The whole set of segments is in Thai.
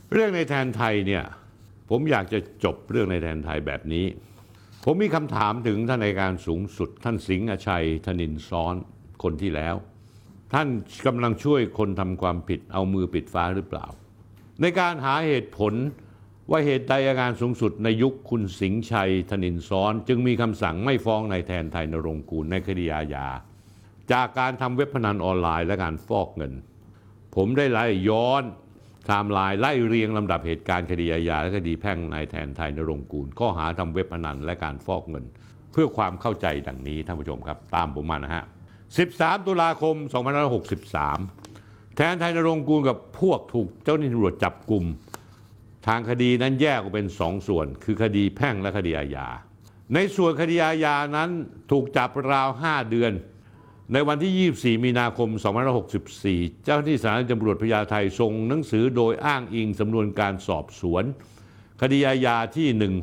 เรื่องในแทนไทยเนี่ยผมอยากจะจบเรื่องในแทนไทยแบบนี้ผมมีคำถามถึงท่านอัยการสูงสุดท่านสิงห์ชัยธนินทร์ซ้อนคนที่แล้วท่านกำลังช่วยคนทำความผิดเอามือปิดฟ้าหรือเปล่าในการหาเหตุผลว่าเหตุใดอัยการสูงสุดในยุคคุณสิงห์ชัยธนินทร์ซ้อนจึงมีคำสั่งไม่ฟ้องนายแทนไทยนรงค์กูลในคดีอาญาจากการทำเว็บพนันออนไลน์และการฟอกเงินผมได้ไล่ย้อนไทม์ไลน์ไล่เรียงลำดับเหตุการณ์คดีอาญาและคดีแพ่งนายแทนไทยนรงค์กูลข้อหาทำเว็บพนันและการฟอกเงินเพื่อความเข้าใจดังนี้ท่านผู้ชมครับตามผมมานะฮะ13 ตุลาคม 2563แทนไทยนรงค์กูลกับพวกถูกเจ้าหน้าที่ตำรวจจับกุมทางคดีนั้นแยกออกเป็น2 ส่วนคือคดีแพ่งและคดีอาญาในส่วนคดีอาญานั้นถูกจับราว5 เดือนในวันที่ 24 มีนาคม 2564 เจ้าหน้าที่สถานีตำรวจพญาไทส่งหนังสือโดยอ้างอิงสำนวนการสอบสวนคดีอาญาที่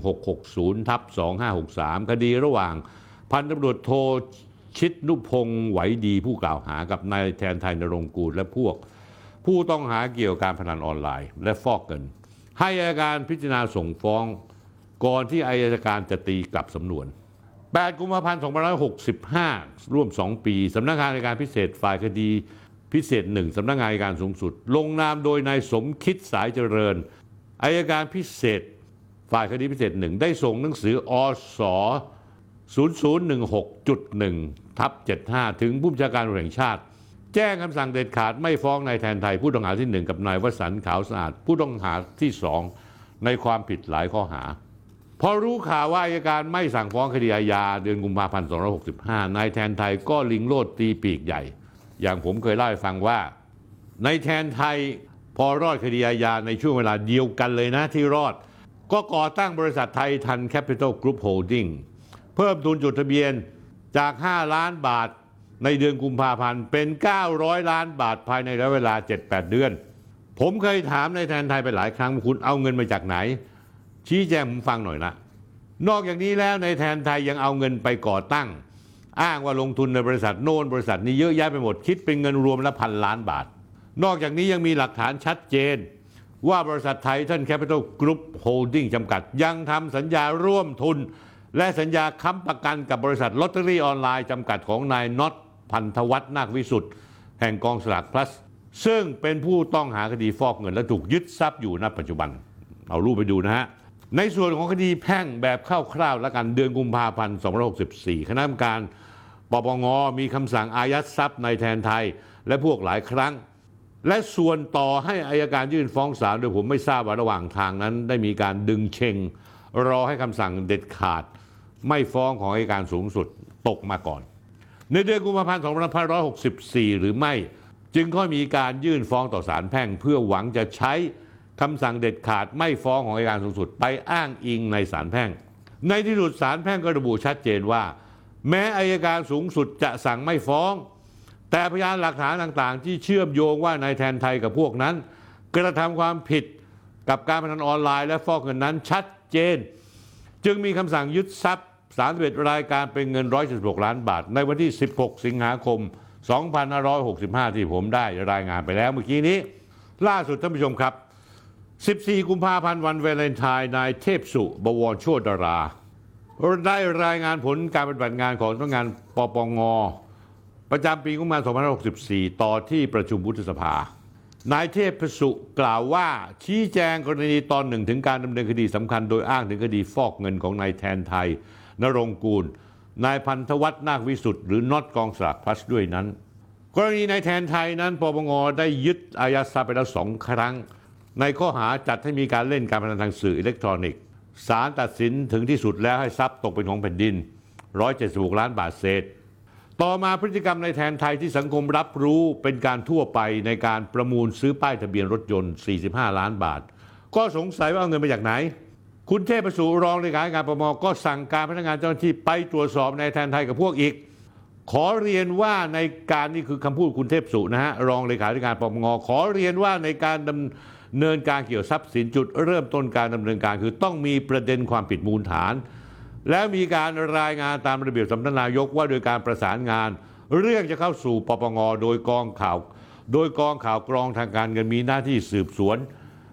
1660/2563 คดีระหว่างพันตำรวจโทชิดนุพงศ์ไหวดีผู้กล่าวหากับนายแทนไทยนรงค์กูลและพวกผู้ต้องหาเกี่ยวกับการพนันออนไลน์และฟอกเงินให้อัยการพิจารณาส่งฟ้องก่อนที่อัยการจะตีกลับสำนวน8 กุมภาพันธ์ 2565 ร่วม 2 ปีสำนักงานอัยการพิเศษฝ่ายคดีพิเศษ 1 สำนักงานอัยการสูงสุดลงนามโดยนายสมคิดสายเจริญอัยการพิเศษฝ่ายคดีพิเศษ 1 ได้ส่งหนังสืออส0016.1/75 ถึงผู้บัญชาการตำรวจแห่งชาติแจ้งคำสั่งเด็ดขาดไม่ฟ้องนายแทนไทยผู้ต้องหาที่ 1กับนายวสันต์ขาวสะอาดผู้ต้องหาที่ 2ในความผิดหลายข้อหาพอรู้ข่าวว่าอัยการไม่สั่งฟ้องคดีอาญาเดือนกุมภาพันธ์ 2565 นายแทนไทยก็ลิงโลดตีปีกใหญ่อย่างผมเคยเล่าให้ฟังว่านายแทนไทยพอรอดคดีอาญาในช่วงเวลาเดียวกันเลยนะที่รอดก็ก่อตั้งบริษัทไทยทันแคปิตอลกรุ๊ปโฮลดิ้งเพิ่มทุนจดทะเบียนจาก5 ล้านบาทในเดือนกุมภาพันธ์เป็น900 ล้านบาทภายในระยะเวลา 7-8 เดือนผมเคยถามนายแทนไทยไปหลายครั้งคุณเอาเงินมาจากไหนชี้แจงผมฟังหน่อยนะนอกจากนี้แล้วนายแทนไทยยังเอาเงินไปก่อตั้งอ้างว่าลงทุนในบริษัทโน้นบริษัทนี้เยอะแยะไปหมดคิดเป็นเงินรวมละ1,000 ล้านบาทนอกจากนี้ยังมีหลักฐานชัดเจนว่าบริษัทไททันแคปิตอลกรุ๊ปโฮลดิ้งจำกัดยังทำสัญญาร่วมทุนและสัญญาค้ำประกันกับบริษัทลอตเตอรี่ออนไลน์จำกัดของนายน็อตพันธวัฒน์นาควิสุทธิ์แห่งกองสลากพลัสซึ่งเป็นผู้ต้องหาคดีฟอกเงินและถูกยึดทรัพย์อยู่ณปัจจุบันเอารูปไปดูนะฮะในส่วนของคดีแพ่งแบบคร่าวๆและกันเดือนกุมภาพันธ์ 2564 คณะกรรมการปปงมีคำสั่งอายัดทรัพย์นายแทนไทยและพวกหลายครั้งและส่วนต่อให้อัยการยื่นฟ้องศาลโดยผมไม่ทราบว่าระหว่างทางนั้นได้มีการดึงเชงรอให้คำสั่งเด็ดขาดไม่ฟ้องของอัยการสูงสุดตกมาก่อนในเดือนกุมภาพันธ์ 2564 หรือไม่จึงค่อยมีการยื่นฟ้องต่อศาลแพ่งเพื่อหวังจะใช้คำสั่งเด็ดขาดไม่ฟ้องของอัยการสูงสุดไปอ้างอิงในศาลแพ่งในที่สุดศาลแพ่งก็ระบุชัดเจนว่าแม้อัยการสูงสุดจะสั่งไม่ฟ้องแต่พยานหลักฐานต่างๆที่เชื่อมโยงว่านายแทนไทยกับพวกนั้นกระทำความผิดกับการพนันออนไลน์และฟอกเงินนั้นชัดเจนจึงมีคำสั่งยึดทรัพย์31 รายการเป็นเงิน176 ล้านบาทในวันที่ 16 สิงหาคม 2565 ที่ผมได้รายงานไปแล้วเมื่อกี้นี้ล่าสุดท่านผู้ชมครับ14 กุมภาพันธ์วันวาเลนไทน์นายเทพสุบวรโชติดาราได้รายงานผลการปฏิบัติงานของสำนักงานปปงประจำปีงบประมาณ 2564 ต่อที่ประชุมวุฒิสภานายเทพสุกล่าวว่าชี้แจงกรณีตอน 1ถึงการดำเนินคดีสำคัญโดยอ้างถึงคดีฟอกเงินของนายแทนไทยนรงค์กูลนายพันธวัฒน์นาควิสุทธิ์หรือน็อตกองสลากพลัสด้วยนั้นกรณีนายแทนไทยนั้นปปงได้ยึดอายัดทรัพย์ไปแล้ว2 ครั้งในข้อหาจัดให้มีการเล่นการพนันทางสื่ออิเล็กทรอนิกส์ศาลตัดสินถึงที่สุดแล้วให้ทรัพย์ตกเป็นของแผ่นดิน176 ล้านบาทเศษต่อมาพฤติกรรมในแทนไทยที่สังคมรับรู้เป็นการทั่วไปในการประมูลซื้อป้ายทะเบียนรถยนต์45 ล้านบาทก็สงสัยว่าเอาเงินมาจากไหนคุณเทพสุรองเลขาธิการปปงก็สั่งการพนักงานเจ้าหน้าที่ไปตรวจสอบในแทนไทยกับพวกอีกขอเรียนว่าในการนี่คือคำพูดคุณเทพสุนะฮะรองเลขาธิการปปงขอเรียนว่าในการดำเนินการเกี่ยวทรัพย์สินจุดเริ่มต้นการดำเนินการคือต้องมีประเด็นความผิดมูลฐานและมีการรายงานตามระเบียบสำนักนายกว่าโดยการประสานงานเรื่องจะเข้าสู่ปปงโดยกองข่าวกรองทางการเงินมีหน้าที่สืบสวน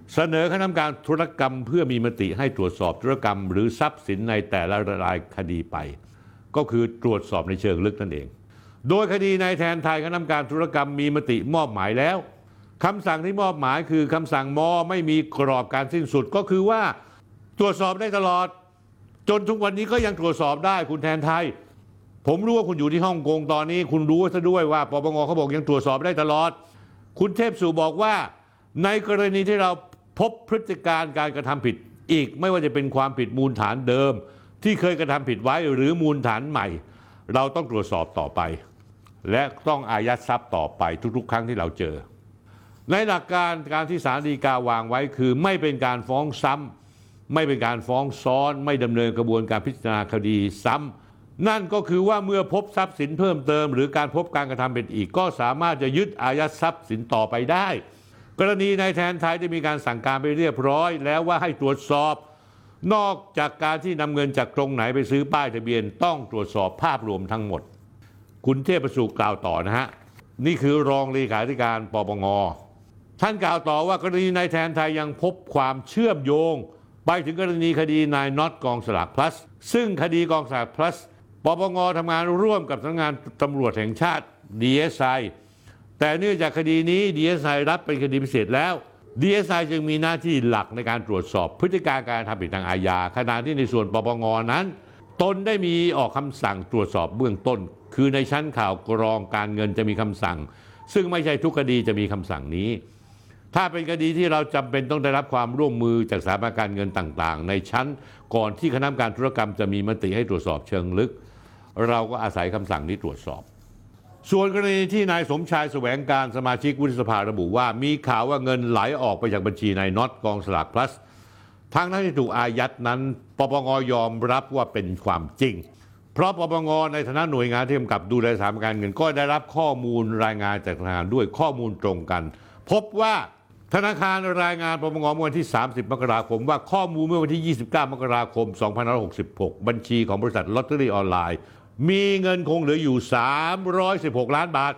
เสนอคณะกรรมการธุรกรรมเพื่อมีมติให้ตรวจสอบธุรกรรมหรือทรัพย์สินในแต่ละรายคดีไปก็คือตรวจสอบในเชิงลึกนั่นเองโดยคดีนายแทนไทยคณะกรรมการธุรกรรมมีมติมอบหมายแล้วคำสั่งที่มอบหมายคือคำสั่งม.ไม่มีกรอบการสิ้นสุดก็คือว่าตรวจสอบได้ตลอดจนทุกวันนี้ก็ยังตรวจสอบได้คุณแทนไทยผมรู้ว่าคุณอยู่ที่ฮ่องกงตอนนี้คุณรู้ซะด้วยว่าปปงเขาบอกยังตรวจสอบได้ตลอดคุณเทพสุบอกว่าในกรณีที่เราพบพฤติการการกระทำผิดอีกไม่ว่าจะเป็นความผิดมูลฐานเดิมที่เคยกระทำผิดไว้หรือมูลฐานใหม่เราต้องตรวจสอบต่อไปและต้องอายัดทรัพย์ต่อไปทุกๆครั้งที่เราเจอในหลักการที่ศาลฎีกาวางไว้คือไม่เป็นการฟ้องซ้ำไม่เป็นการฟ้องซ้อนไม่ดำเนินกระบวนการพิจารณาคดีซ้ำนั่นก็คือว่าเมื่อพบทรัพย์สินเพิ่มเติมหรือการพบการกระทำผิดอีกก็สามารถจะยึดอายัดทรัพย์สินต่อไปได้กรณีนายแทนไทยได้มีการสั่งการไปเรียบร้อยแล้วว่าให้ตรวจสอบนอกจากการที่นำเงินจากตรงไหนไปซื้อป้ายทะเบียนต้องตรวจสอบภาพรวมทั้งหมดคุณเทพสุกล่าวต่อนะฮะนี่คือรองเลขาธิการปปงท่านกล่าวต่อว่ากรณีนายแทนไทยยังพบความเชื่อมโยงไปถึงกรณีคดีนายน็อตกองสลากพลัสซึ่งคดีกองสลากพลัสปปงทำงานร่วมกับสำนักงานตำรวจแห่งชาติ DSI แต่เนื่องจากคดีนี้ DSI รับเป็นคดีพิเศษแล้ว DSI จึงมีหน้าที่หลักในการตรวจสอบพฤติการการทำผิดทางอาญาขณะที่ในส่วนปปงนั้นตนได้มีออกคำสั่งตรวจสอบเบื้องต้นคือในชั้นข่าวกรองการเงินจะมีคำสั่งซึ่งไม่ใช่ทุกคดีจะมีคำสั่งนี้ถ้าเป็นคดีที่เราจำเป็นต้องได้รับความร่วมมือจากสถาบันการเงินต่างๆในชั้นก่อนที่คณะกรรมการธุรกรรมจะมีมติให้ตรวจสอบเชิงลึกเราก็อาศัยคำสั่งนี้ตรวจสอบส่วนกรณีที่นายสมชายแสวงการสมาชิกวุฒิสภาระบุว่ามีข่าวว่าเงินไหลออกไปจากบัญชีนายน็อตกองสลากพลัสทั้งที่ถูกอายัดนั้นปปงยอมรับว่าเป็นความจริงเพราะปปงในฐานะหน่วยงานที่กำกับดูแลสถาบันการเงินก็ได้รับข้อมูลรายงานจากธนาคารด้วยข้อมูลตรงกันพบว่าธนาคารรายงานปปงเมื่อวันที่30มกราคมว่าข้อมูลเมื่อวันที่29มกราคม2566บัญชีของบริษัทลอตเตอรี่ออนไลน์มีเงินคงเหลืออยู่316ล้านบาท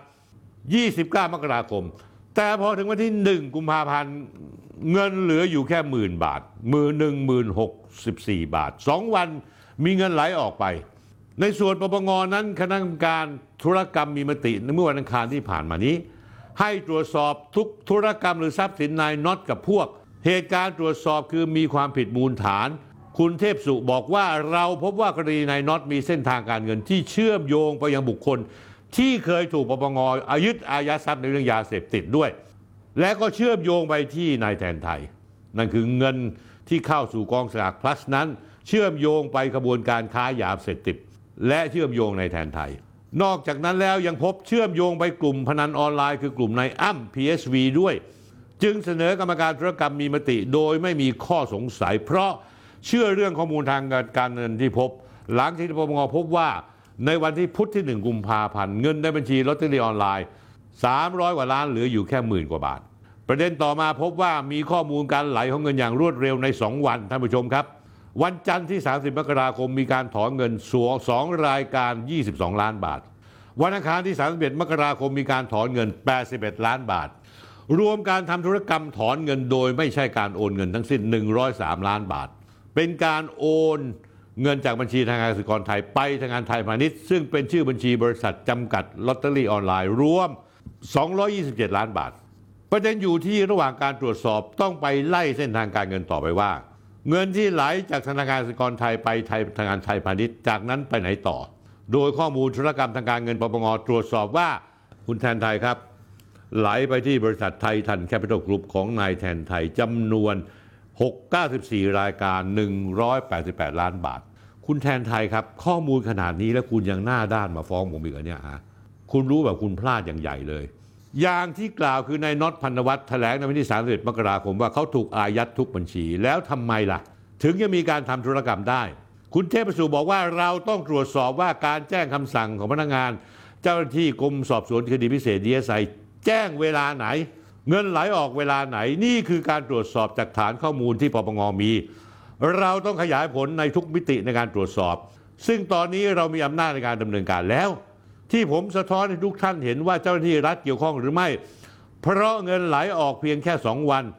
29มกราคมแต่พอถึงวันที่1กุมภาพันธ์เงินเหลืออยู่แค่10,000 บาท10,064 บาท2วันมีเงินไหลออกไปในส่วนปปงนั้นคณะกรรมการธุรกรรมมีมติเมื่อวันอังคารที่ผ่านมานี้ให้ตรวจสอบทุกธุรกรรมหรือทรัพย์สินนายน็อตกับพวกเหตุการณ์ตรวจสอบคือมีความผิดมูลฐานคุณเทพสุบอกว่าเราพบว่ากรณีนายน็อตมีเส้นทางการเงินที่เชื่อมโยงไปยังบุคคลที่เคยถูกปปงยึดอายัดทรัพย์ในเรื่องยาเสพติดด้วยและก็เชื่อมโยงไปที่นายแทนไทยนั่นคือเงินที่เข้าสู่กองสลากพลัสนั้นเชื่อมโยงไปกระบวนการค้ายาเสพติดและเชื่อมโยงในแทนไทยนอกจากนั้นแล้วยังพบเชื่อมโยงไปกลุ่มพนันออนไลน์คือกลุ่มนายอ้ำ PSV ด้วยจึงเสนอกรรมการธุรกรรมมีมติโดยไม่มีข้อสงสัยเพราะเชื่อเรื่องข้อมูลทางการเงินที่พบหลังที่ปปงพบว่าในวันที่พุธที่1กุมภาพันธ์เงินในบัญชีลอตเตอรี่ออนไลน์300กว่าล้านเหลืออยู่แค่10,000 กว่าบาทประเด็นต่อมาพบว่ามีข้อมูลการไหลของเงินอย่างรวดเร็วใน2วันท่านผู้ชมครับวันจันทร์ที่30มกราคมมีการถอนเงิน2รายการ22ล้านบาทวันอังคารที่31มกราคมมีการถอนเงิน81ล้านบาทรวมการทำธุรกรรมถอนเงินโดยไม่ใช่การโอนเงินทั้งสิ้น103ล้านบาทเป็นการโอนเงินจากบัญชีธนาคารกสิกรไทยไปธนาคารไทยพาณิชย์ซึ่งเป็นชื่อบัญชีบริษัทจำกัดลอตเตอรี่ออนไลน์รวม227ล้านบาทประเด็นอยู่ที่ระหว่างการตรวจสอบต้องไปไล่เส้นทางการเงินต่อไปว่าเงินที่ไหลจากธนาคารกสิกรไทยไปธนาคารไทยพาณิชย์จากนั้นไปไหนต่อโดยข้อมูลธุรกรรมทางการเงินปปงตรวจสอบว่าคุณแทนไทยครับไหลไปที่บริษัทไทยทันแคปิตอลกรุ๊ปของนายแทนไทยจำนวน694รายการ188ล้านบาทคุณแทนไทยครับข้อมูลขนาดนี้แล้วคุณยังหน้าด้านมาฟ้องผมอีกเหรอเนี่ยฮะคุณรู้แบบคุณพลาดอย่างใหญ่เลยอย่างที่กล่าวคือนายน็อตพันธวัฒน์แถลงในวันที่31มกราคมว่าเขาถูกอายัดทุกบัญชีแล้วทำไมล่ะถึงจะมีการทำธุรกรรมได้คุณเทพสุบอกว่าเราต้องตรวจสอบว่าการแจ้งคำสั่งของพนักงานเจ้าหน้าที่กรมสอบสวนคดีพิเศษ DSI แจ้งเวลาไหนเงินไหลออกเวลาไหนนี่คือการตรวจสอบจากฐานข้อมูลที่ปปงมีเราต้องขยายผลในทุกมิติในการตรวจสอบซึ่งตอนนี้เรามีอำนาจในการดำเนินการแล้วที่ผมสะท้อนให้ทุกท่านเห็นว่าเจ้าหน้าที่รัฐเกี่ยวข้องหรือไม่เพราะเงินไหลออกเพียงแค่2วัน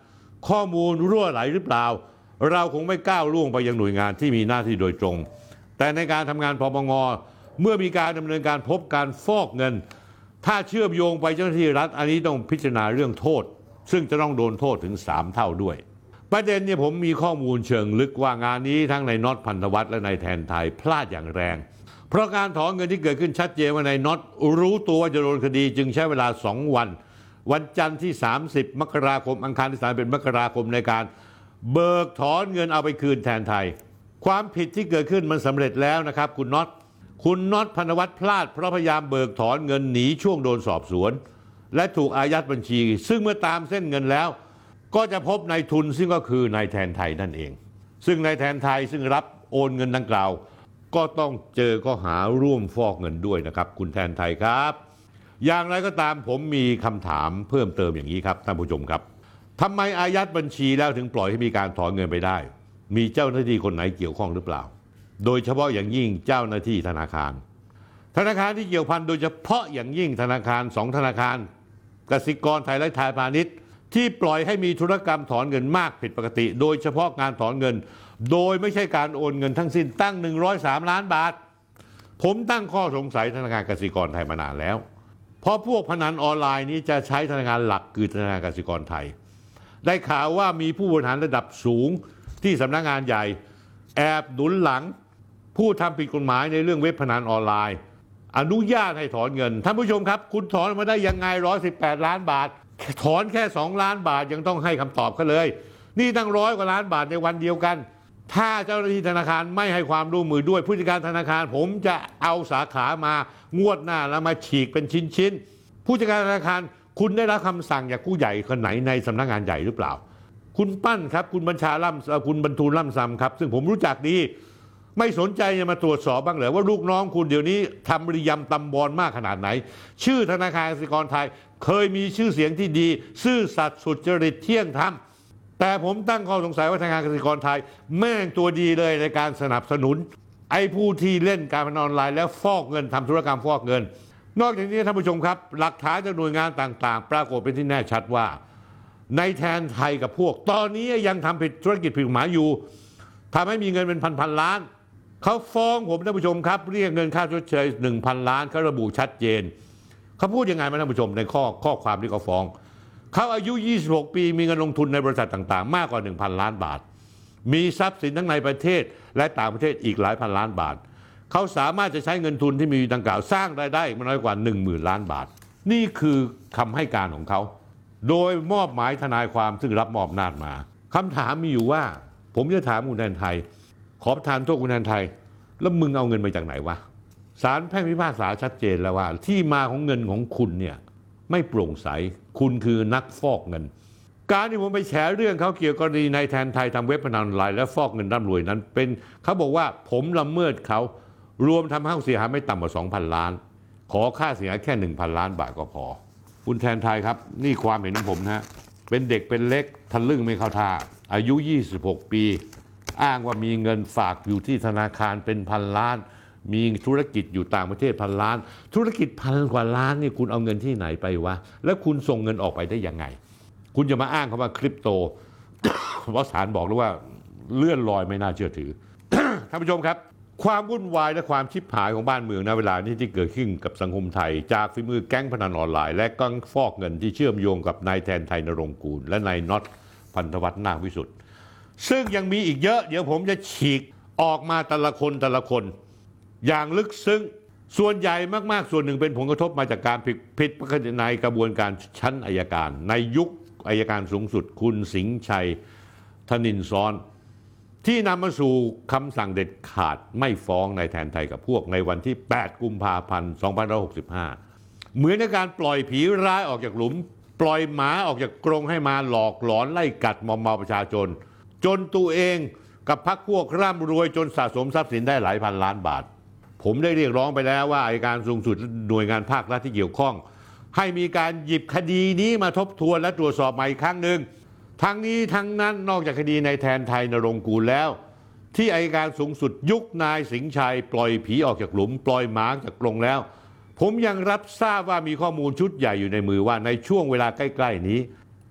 ข้อมูลรั่วไหลหรือเปล่าเราคงไม่ก้าวล่วงไปยังหน่วยงานที่มีหน้าที่โดยตรงแต่ในการทำงานปปงเมื่อมีการดำเนินการพบการฟอกเงินถ้าเชื่อมโยงไปเจ้าหน้าที่รัฐอันนี้ต้องพิจารณาเรื่องโทษซึ่งจะต้องโดนโทษถึง3เท่าด้วยประเด็นเนี่ยผมมีข้อมูลเชิงลึกว่างานนี้ทั้งนายน็อตพันธวัฒน์และนายแทนไทยพลาดอย่างแรงเพราะการถอนเงินที่เกิดขึ้นชัดเจนว่านายน็อตรู้ตัวว่าจะโดนคดีจึงใช้เวลา2วันจันทร์ที่30มกราคมอังคารที่31มกราคมในการเบิกถอนเงินเอาไปคืนแทนไทยความผิดที่เกิดขึ้นมันสำเร็จแล้วนะครับคุณน็อตพันธวัฒน์พลาดเพราะพยายามเบิกถอนเงินหนีช่วงโดนสอบสวนและถูกอายัดบัญชีซึ่งเมื่อตามเส้นเงินแล้วก็จะพบนายทุนซึ่งก็คือนายแทนไทยนั่นเองซึ่งนายแทนไทยซึ่งรับโอนเงินดังกล่าวก็ต้องเจอข้อหาร่วมฟอกเงินด้วยนะครับคุณแทนไทยครับอย่างไรก็ตามผมมีคำถามเพิ่มเติมอย่างนี้ครับท่านผู้ชมครับทำไมอายัดบัญชีแล้วถึงปล่อยให้มีการถอนเงินไปได้มีเจ้าหน้าที่คนไหนเกี่ยวข้องหรือเปล่าโดยเฉพาะอย่างยิ่งเจ้าหน้าที่ธนาคารที่เกี่ยวพันโดยเฉพาะอย่างยิ่งธนาคาร2ธนาคารกสิกรไทยและไทยพาณิชย์ที่ปล่อยให้มีธุรกรรมถอนเงินมากผิดปกติโดยเฉพาะการถอนเงินโดยไม่ใช่การโอนเงินทั้งสิ้นตั้ง103 ล้านบาทผมตั้งข้อสงสัยธนาคารกสิกรไทยมานานแล้วเพราะพวกพนันออนไลน์นี้จะใช้ธนาคารหลักคือธนาคารกสิกรไทยได้ข่าวว่ามีผู้บริหารระดับสูงที่สำนักงานใหญ่แอบหนุนหลังผู้ทำผิดกฎหมายในเรื่องเว็บพนันออนไลน์อนุญาตให้ถอนเงินท่านผู้ชมครับคุณถอนมาได้ยังไง118 ล้านบาทถอนแค่2 ล้านบาทยังต้องให้คำตอบเขาเลยนี่ตั้ง100 กว่าล้านบาทในวันเดียวกันถ้าเจ้าหน้าที่ธนาคารไม่ให้ความร่วมมือด้วยผู้จัดการธนาคารผมจะเอาสาขามางวดหน้าแล้วมาฉีกเป็นชิ้นๆผู้จัดการธนาคารคุณได้รับคำสั่งจากผู้ใหญ่คนไหนในสำนักงานใหญ่หรือเปล่าคุณปั้นครับคุณบัญชาล่ำคุณบรรทูลล่ำซำครับซึ่งผมรู้จักดีไม่สนใจจะมาตรวจสอบบ้างเหรอว่าลูกน้องคุณเดี๋ยวนี้ทำริยำตำบอลมากขนาดไหนชื่อธนาคารกสิกรไทยเคยมีชื่อเสียงที่ดีซื่อสัตย์สุจริตเที่ยงธรรมแต่ผมตั้งข้อสงสัยว่าธนาคารกสิกรไทยแม่งตัวดีเลยในการสนับสนุนไอ้ผู้ที่เล่นการพนันออนไลน์แล้วฟอกเงินทำธุรกรรมฟอกเงินนอกจากนี้ท่านผู้ชมครับหลักฐานจากหน่วยงานต่างๆปรากฏเป็นที่แน่ชัดว่าในแทนไทยกับพวกตอนนี้ยังทำผิดธุรกิจผิดกฎหมายอยู่ทำให้มีเงินเป็นพันล้านเขาฟ้องผมท่านผู้ชมครับเรียกเงินค่าชดเชย 1,000 ล้านเขาระบุชัดเจนเขาพูดยังไงมาท่านผู้ชมในข้อความที่เขาฟ้องเขาอายุ26 ปีมีเงินลงทุนในบริษัทต่างๆมากกว่า 1,000 ล้านบาทมีทรัพย์สินทั้งในประเทศและต่างประเทศอีกหลายพันล้านบาทเขาสามารถจะใช้เงินทุนที่มีดังกล่าวสร้างรายได้ไม่น้อยกว่า 10,000 ล้านบาทนี่คือคำให้การของเขาโดยมอบหมายทนายความซึ่งรับมอบอำนาจมาคำถามมีอยู่ว่าผมจะถามคุณแทนไทยขอประทานโทษคุณแทนไทยแล้วมึงเอาเงินมาจากไหนวะศาลแพ่งพิพากษาชัดเจนแล้วว่าที่มาของเงินของคุณเนี่ยไม่โปร่งใสคุณคือนักฟอกเงินการที่ผมไปแฉเรื่องเขาเกี่ยวกับกรณีนายแทนไทยทำเว็บพนันออนไลน์และฟอกเงินร่ำรวยนั้นเป็นเขาบอกว่าผมละเมิดเขารวมทำให้เขาเสียหายไม่ต่ำกว่า 2,000 ล้านขอค่าเสียหายแค่ 1,000 ล้านบาทก็พอคุณแทนไทยครับนี่ความเห็นของผมนะเป็นเด็กเป็นเล็กทะลึ่งไม่เข้าท่าอายุ26 ปีอ้างว่ามีเงินฝากอยู่ที่ธนาคารเป็นพันล้านมีธุรกิจอยู่ต่างประเทศพันล้านธุรกิจ1,000 กว่าล้านนี่คุณเอาเงินที่ไหนไปวะแล้วคุณส่งเงินออกไปได้ยังไงคุณจะมาอ้างคำว่าคริปโต เพราะศาลบอกแล้วว่าเลื่อนลอยไม่น่าเชื่อถือ ท่านผู้ชมครับความวุ่นวายและความชิบหายของบ้านเมืองณเวลานี้ที่เกิดขึ้นกับสังคมไทยจากฝีมือแก๊งพนันออนไลน์และแก๊งฟอกเงินที่เชื่อมโยงกับนายแทนไทยนรงค์กูลและนายน็อตพันธวัฒน์นาควิสุทธิ์ซึ่งยังมีอีกเยอะเดี๋ยวผมจะฉีกออกมาแต่ละคนอย่างลึกซึ้งส่วนใหญ่มากๆส่วนหนึ่งเป็นผลกระทบมาจากการผิดปกติในกระบวนการชั้นอัยการในยุคอัยการสูงสุดคุณสิงห์ชัยธนินทร์ซ้อนที่นำมาสู่คำสั่งเด็ดขาดไม่ฟ้องนายแทนไทยกับพวกในวันที่ 8 กุมภาพันธ์ 2565 เหมือนในการปล่อยผีร้ายออกจากหลุมปล่อยหมาออกจากกรงให้มาหลอกหลอนไล่กัดมอมเมาประชาชนจนตัวเองกับพรรคพวกร่ำรวยจนสะสมทรัพย์สินได้หลายพันล้านบาทผมได้เรียกร้องไปแล้วว่าอัยการสูงสุดหน่วยงานภาครัฐที่เกี่ยวข้องให้มีการหยิบคดีนี้มาทบทวนและตรวจสอบใหม่อีกครั้งหนึ่งทั้งนี้ทั้งนั้นนอกจากคดีนายแทนไทยนรงค์กูลแล้วที่อัยการสูงสุดยุคนายสิงห์ชัยปล่อยผีออกจากหลุมปล่อยหมาจากกรงแล้วผมยังรับทราบว่ามีข้อมูลชุดใหญ่อยู่ในมือว่าในช่วงเวลาใกล้ๆนี้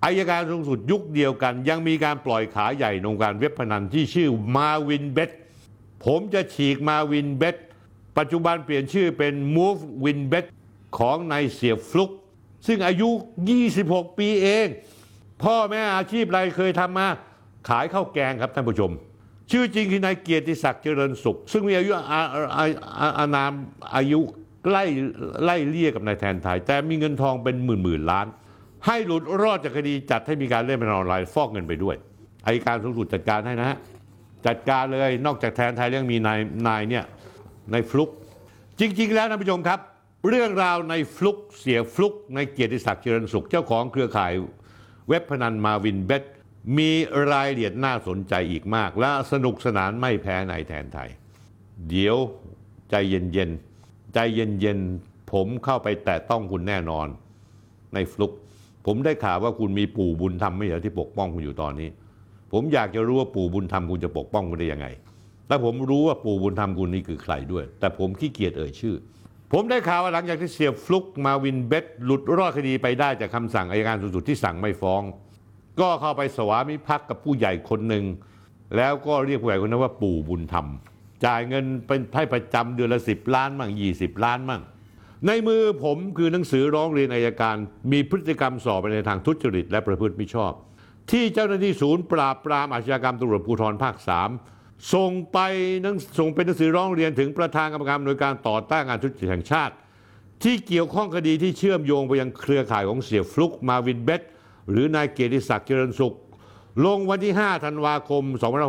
อัยการสูงสุดยุคเดียวกันยังมีการปล่อยขาใหญ่ในวงการเว็บพนันที่ชื่อมาวินเบตผมจะฉีกมาวินเบตปัจจุบันเปลี่ยนชื่อเป็น Move Win Bet ของนายเสียฟลุกซึ่งอายุ 26 ปีเองพ่อแม่อาชีพอะไรเคยทำมาขายข้าวแกงครับท่านผู้ชมชื่อจริงคือนายเกียรติศักดิ์เจริญสุขซึ่งมีอายุอานามอายุไล่เลี่ยกับนายแทนไทยแต่มีเงินทองเป็นหมื่นล้านให้หลุดรอดจากคดีจัดให้มีการเล่นพนันออนไลน์ฟอกเงินไปด้วยอัยการสูงสุดจัดการให้นะฮะจัดการเลยนอกจากแทนไทยยังมีนายเนี่ยในฟลุกจริงๆแล้วท่านผู้ชมครับเรื่องราวในฟลุกเสียฟลุกในเกียรติศักดิ์เจริญสุขเจ้าของเครือข่ายเว็บพนันมาวินเบตมีรายละเอียดน่าสนใจอีกมากและสนุกสนานไม่แพ้ในแทนไทยเดี๋ยวใจเย็นๆผมเข้าไปแตะต้องคุณแน่นอนในฟลุกผมได้ข่าวว่าคุณมีปู่บุญธรรมไม่ใช่ที่ปกป้องคุณอยู่ตอนนี้ผมอยากจะรู้ว่าปู่บุญธรรมคุณจะปกป้องคุณได้ยังไงและผมรู้ว่าปู่บุญธรรมคุณนี่คือใครด้วยแต่ผมขี้เกียจเอ่ยชื่อผมได้ข่าวว่าหลังจากที่เสียฟลุกมาวินเบตหลุดรอดคดีไปได้จากคำสั่งอัยการสูงสุดที่สั่งไม่ฟ้องก็เข้าไปสวามิภักดิ์กับผู้ใหญ่คนหนึ่งแล้วก็เรียกผู้ใหญ่คนนั้นว่าปู่บุญธรรมจ่ายเงินเป็นให้ประจำเดือนละ10 ล้านมั่ง20 ล้านมั่งในมือผมคือหนังสือร้องเรียนอัยการมีพฤติกรรมส่อไปในทางทุจริตและประพฤติมิชอบที่เจ้าหน้าที่ศูนย์ปราบปรามอาชญากรรมตำรวจภูธรภาค3ส่งเป็นหนังสือร้องเรียนถึงประธานกรรมการหน่วยการต่อต้านการทุจริตแห่งชาติที่เกี่ยวข้องคดีที่เชื่อมโยงไปยังเครือข่ายของเสียฟลุกมาวินเบตหรือนายเกียรติศักดิ์เจริญสุขลงวันที่5 ธันวาคม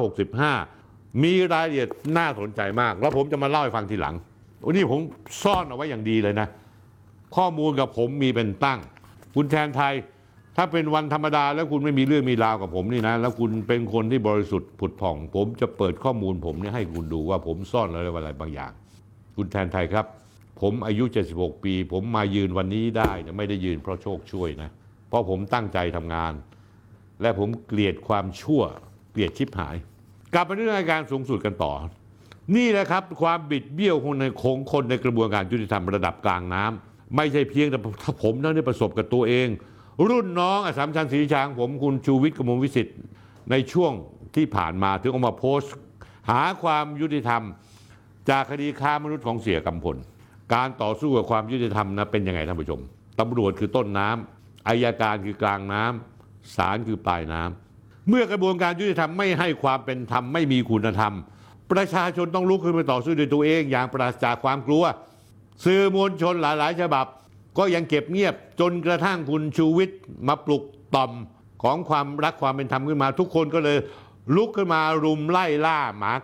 2565มีรายละเอียดน่าสนใจมากแล้วผมจะมาเล่าให้ฟังทีหลังวันนี้ผมซ่อนเอาไว้อย่างดีเลยนะข้อมูลกับผมมีเป็นตั้งคุณแทนไทยถ้าเป็นวันธรรมดาแล้วคุณไม่มีเรื่องมีราวกับผมนี่นะแล้วคุณเป็นคนที่บริสุทธิ์ผุดผ่องผมจะเปิดข้อมูลผมเนี่ยให้คุณดูว่าผมซ่อนอะไรบางอย่างคุณแทนไทยครับผมอายุ76 ปีผมมายืนวันนี้ได้เนี่ยไม่ได้ยืนเพราะโชคช่วยนะเพราะผมตั้งใจทำงานและผมเกลียดความชั่วเกลียดชิบหายกลับมาเรื่องอัยการสูงสุดกันต่อนี่แหละครับความบิดเบี้ยวของคนในกระบวนการยุติธรรมระดับกลางน้ำไม่ใช่เพียงแต่ผมนั้นได้ประสบกับตัวเองรุ่นน้องอัสสัมชัญศรีวิชาของผมคุณชูวิทย์กมลวิสิทธิ์ในช่วงที่ผ่านมาถึงออกมาโพสต์หาความยุติธรรมจากคดีค้ามนุษย์ของเสียกำพลการต่อสู้กับความยุติธรรมนะเป็นยังไงท่านผู้ชมตำรวจคือต้นน้ำอัยการคือกลางน้ำศาลคือปลายน้ำเมื่อกระบวนการยุติธรรมไม่ให้ความเป็นธรรมไม่มีคุณธรรมประชาชนต้องลุกขึ้นมาต่อสู้ด้วยตัวเองอย่างปราศจากความกลัวสื่อมวลชนหลายฉบับก็ยังเก็บเงียบจนกระทั่งคุณชูวิทย์มาปลุกต่อมของความรักความเป็นธรรมขึ้นมาทุกคนก็เลยลุกขึ้นมารุมไล่ล่าหมา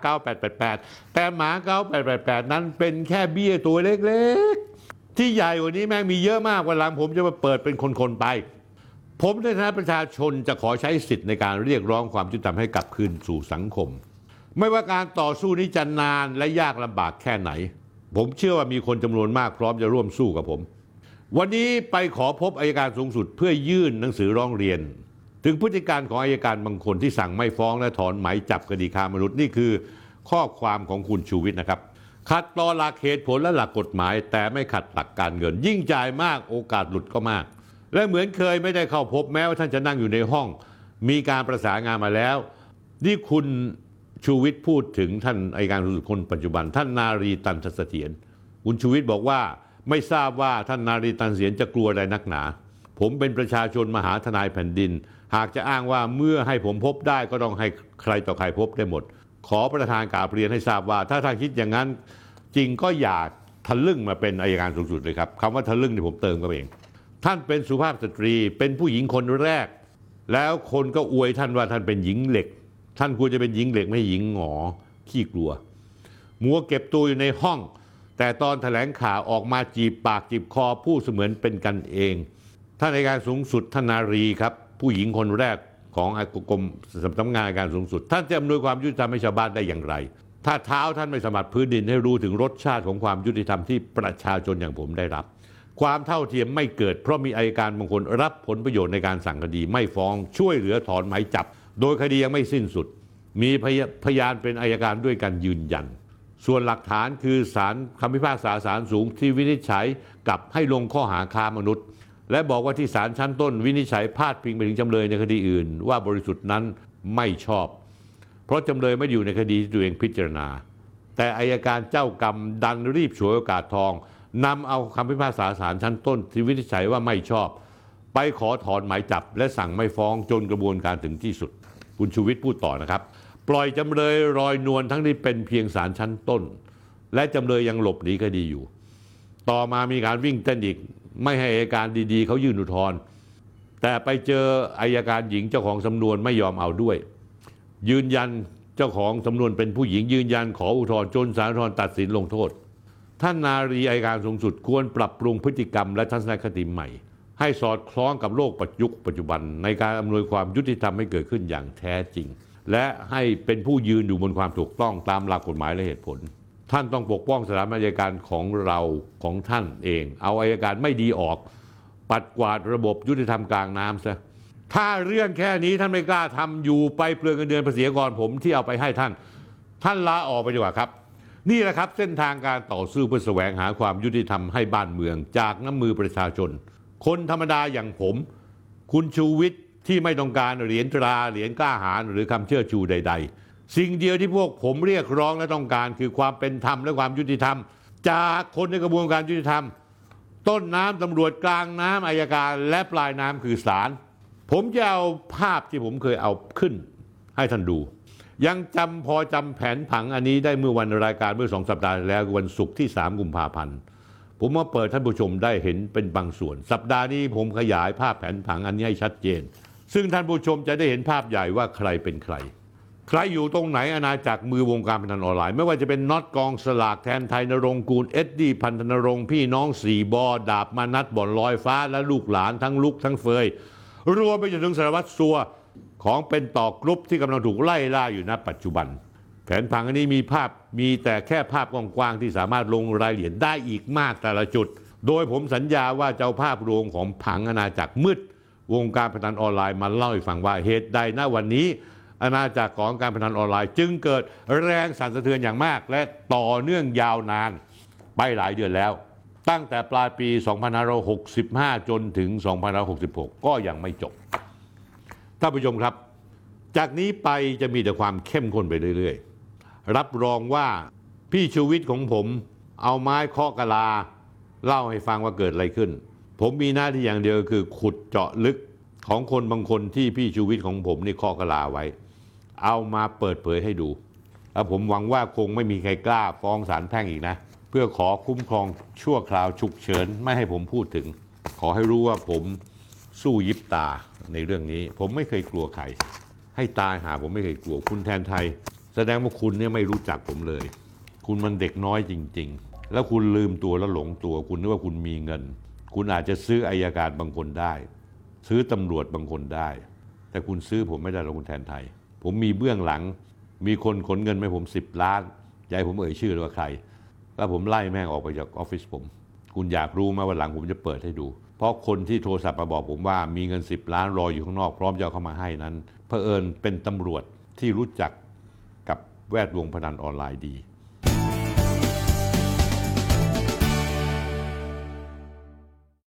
9888แต่หมา9888นั้นเป็นแค่เบี้ยตัวเล็กๆที่ใหญ่กว่านี้แม่งมีเยอะมากวันหลังผมจะมาเปิดเป็นคนๆไปผมในฐานะประชาชนจะขอใช้สิทธิ์ในการเรียกร้องความยุติธรรมให้กลับคืนสู่สังคมไม่ว่าการต่อสู้นี้จะนานและยากลำบากแค่ไหนผมเชื่อว่ามีคนจำนวนมากพร้อมจะร่วมสู้กับผมวันนี้ไปขอพบอัยการสูงสุดเพื่อยื่นหนังสือร้องเรียนถึงพฤติการของอัยการบางคนที่สั่งไม่ฟ้องและถอนหมายจับคดีค้ามนุษย์นี่คือข้อความของคุณชูวิทย์นะครับขัดต่อหลักเหตุผลและหลักกฎหมายแต่ไม่ขัดหลักการเงินยิ่งจ่ายมากโอกาสหลุดก็มากและเหมือนเคยไม่ได้เข้าพบแม้ว่าท่านจะนั่งอยู่ในห้องมีการประสานงานมาแล้วนี่คุณชูวิทย์พูดถึงท่านอัยการสูงสุดคนปัจจุบันท่านนารีตันทเสถียรคุณชูวิทย์บอกว่าไม่ทราบว่าท่านนารีตันเสถียรจะกลัวอะไรนักหนาผมเป็นประชาชนมหาทนายแผ่นดินหากจะอ้างว่าเมื่อให้ผมพบได้ก็ต้องให้ใครต่อใครพบได้หมดขอประธานกราบเรียนให้ทราบว่าถ้าท่านคิดอย่างนั้นจริงก็อย่าทะลึ่งมาเป็นอัยการสูงสุดเลยครับคำว่าทะลึ่งนี่ผมเติมกันเองท่านเป็นสุภาพสตรีเป็นผู้หญิงคนแรกแล้วคนก็อวยท่านว่าท่านเป็นหญิงเหล็กท่านควรจะเป็นหญิงเหล็กไม่หญิงหงอขี้กลัวมัวเก็บตัวอยู่ในห้องแต่ตอนแถลงข่าวออกมาจีบปากจีบคอพูดเสมือนเป็นกันเองท่านอัยการสูงสุดท่านนารีครับผู้หญิงคนแรกของกรมสำนักงานอัยการสูงสุดท่านจะอำนวยความยุติธรรมให้ชาวบ้านได้อย่างไรถ้าเท้าท่านไม่สัมผัสพื้นดินให้รู้ถึงรสชาติของความยุติธรรมที่ประชาชนอย่างผมได้รับความเท่าเทียมไม่เกิดเพราะมีอัยการบางคนรับผลประโยชน์ในการสั่งคดีไม่ฟ้องช่วยเหลือถอนหมายจับโดยคดียังไม่สิ้นสุดมีพยานเป็นอัยการด้วยกันยืนยันส่วนหลักฐานคือศาลคำพิพากษาศาลสูงที่วินิจฉัยกับให้ลงข้อหาค้ามนุษย์และบอกว่าที่ศาลชั้นต้นวินิจฉัยพาดพิงไปถึงจำเลยในคดีอื่นว่าบริสุทธิ์นั้นไม่ชอบเพราะจำเลยไม่อยู่ในคดีที่ตัวเองพิจารณาแต่อัยการเจ้ากรรมดันรีบฉวยโอกาสทองนำเอาคำพิพากษาศาลชั้นต้นที่วินิจฉัยว่าไม่ชอบไปขอถอนหมายจับและสั่งไม่ฟ้องจนกระบวนการถึงที่สุดคุณชูวิทย์พูดต่อนะครับปล่อยจำเลยลอยนวลทั้งที่เป็นเพียงศาลชั้นต้นและจำเลยยังหลบหนีคดีอยู่ต่อมามีการวิ่งเต้นอีกไม่ให้อัยการดีๆเขายื่นอุทธรณ์แต่ไปเจออัยการหญิงเจ้าของสำนวนไม่ยอมเอาด้วยยืนยันเจ้าของสำนวนเป็นผู้หญิงยืนยันขออุทธรณ์จนศาลอุทธรณ์ตัดสินลงโทษท่านนารีอัยการสูงสุดควรปรับปรุงพฤติกรรมและทัศนคติใหม่ให้สอดคล้องกับโลกปัจจุบันในการอำนวยความยุติธรรมให้เกิดขึ้นอย่างแท้จริงและให้เป็นผู้ยืนอยู่บนความถูกต้องตามหลักกฎหมายและเหตุผลท่านต้องปกป้องสถาบันอัยการของเราของท่านเองเอาอัยการไม่ดีออกปัดกวาดระบบยุติธรรมกลางน้ำซะถ้าเรื่องแค่นี้ท่านไม่กล้าทำอยู่ไปเปลืองเงินเดือนภาษีกรผมที่เอาไปให้ท่านลาออกไปดีกว่าครับนี่แหละครับเส้นทางการต่อสู้เพื่อแสวงหาความยุติธรรมให้บ้านเมืองจากน้ำมือประชาชนคนธรรมดาอย่างผมคุณชูวิทย์ที่ไม่ต้องการเหรียญตราเหรียญกล้าหาญหรือคำเชื่อชูใดๆสิ่งเดียวที่พวกผมเรียกร้องและต้องการคือความเป็นธรรมและความยุติธรรมจากคนในกระบวนการยุติธรรมต้นน้ำตำรวจกลางน้ำอัยการและปลายน้ำคือศาลผมจะเอาภาพที่ผมเคยเอาขึ้นให้ท่านดูยังพอจำแผนผังอันนี้ได้เมื่อวันรายการเมื่อ2 สัปดาห์แล้ววันศุกร์ที่3 กุมภาพันธ์ผมมาเปิดท่านผู้ชมได้เห็นเป็นบางส่วนสัปดาห์นี้ผมขยายภาพแผนผังอันนี้ให้ชัดเจนซึ่งท่านผู้ชมจะได้เห็นภาพใหญ่ว่าใครเป็นใครอยู่ตรงไหนอาณาจักรมือวงการพนันออนไลน์ไม่ว่าจะเป็นน็อตกองสลากแทนไทยนรงค์กูลเอ็ดดี้พันธนรงค์พี่น้อง4 บอดาบมานัดบ่อนลอยฟ้าและลูกหลานทั้งลุกทั้งเฟยรวมไปจนถึงสารวัตรสัวของเป็นต่อกรุ๊ปที่กำลังถูกไล่ล่าอยู่ณปัจจุบันแผนผังอันนี้มีแต่แค่ภาพกว้างๆที่สามารถลงรายละเอียดได้อีกมากแต่ละจุดโดยผมสัญญาว่าจะเอาภาพรวมของผังอาณาจักรมืดวงการพนันออนไลน์มาเล่าให้ฟังว่าเหตุใดณวันนี้อาณาจักรของการพนันออนไลน์จึงเกิดแรงสั่นสะเทือนอย่างมากและต่อเนื่องยาวนานไปหลายเดือนแล้วตั้งแต่ปลายปี2565จนถึง2566ก็ยังไม่จบท่านผู้ชมครับจากนี้ไปจะมีแต่ความเข้มข้นไปเรื่อยๆรับรองว่าพี่ชูวิทย์ของผมเอาไม้เคาะกะลาเล่าให้ฟังว่าเกิดอะไรขึ้นผมมีหน้าที่อย่างเดียวคือขุดเจาะลึกของคนบางคนที่พี่ชูวิทย์ของผมนี่เคาะกะลาไว้เอามาเปิดเผยให้ดูแล้วผมหวังว่าคงไม่มีใครกล้าฟ้องศาลแพ่งอีกนะเพื่อขอคุ้มครองชั่วคราวฉุกเฉินไม่ให้ผมพูดถึงขอให้รู้ว่าผมสู้ยิบตาในเรื่องนี้ผมไม่เคยกลัวใครให้ตายหาผมไม่เคยกลัวคุณแทนไทยแสดงว่าคุณเนี่ยไม่รู้จักผมเลยคุณมันเด็กน้อยจริงๆแล้วคุณลืมตัวแล้วหลงตัวคุณนึกว่าคุณมีเงินคุณอาจจะซื้ออัยการบางคนได้ซื้อตำรวจบางคนได้แต่คุณซื้อผมไม่ได้หรอกคุณแทนไทยผมมีเบื้องหลังมีคนขนเงินให้ผม10 ล้านอย่าให้ผมเอ่ยชื่อเลยว่าใครแล้วผมไล่แม่งออกไปจากออฟฟิศผมคุณอยากรู้ไหมวันหลังผมจะเปิดให้ดูเพราะคนที่โทรศัพท์มาบอกผมว่ามีเงิน10 ล้านรออยู่ข้างนอกพร้อมจะเข้ามาให้นั้นเผอิญเป็นตำรวจที่รู้จักกับแวดวงพนันออนไลน์ดี